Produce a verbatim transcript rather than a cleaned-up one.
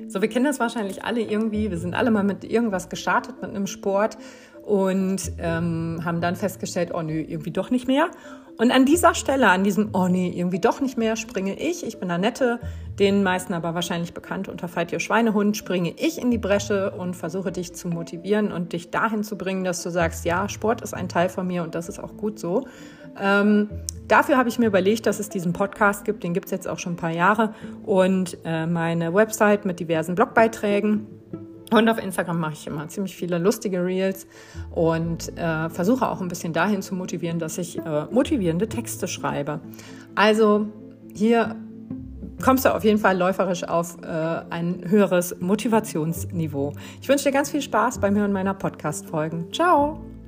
So, wir kennen das wahrscheinlich alle irgendwie. Wir sind alle mal mit irgendwas gestartet, mit einem Sport und ähm, haben dann festgestellt, oh nö, irgendwie doch nicht mehr. Und an dieser Stelle, an diesem, oh nee, irgendwie doch nicht mehr, springe ich, ich bin Annette, den meisten aber wahrscheinlich bekannt unter Fight Your Schweinehund, springe ich in die Bresche und versuche dich zu motivieren und dich dahin zu bringen, dass du sagst, ja, Sport ist ein Teil von mir und das ist auch gut so. Ähm, dafür habe ich mir überlegt, dass es diesen Podcast gibt, den gibt es jetzt auch schon ein paar Jahre und äh, meine Website mit diversen Blogbeiträgen. Und auf Instagram mache ich immer ziemlich viele lustige Reels und äh, versuche auch ein bisschen dahin zu motivieren, dass ich äh, motivierende Texte schreibe. Also hier kommst du auf jeden Fall läuferisch auf äh, ein höheres Motivationsniveau. Ich wünsche dir ganz viel Spaß beim Hören meiner Podcast-Folgen. Ciao!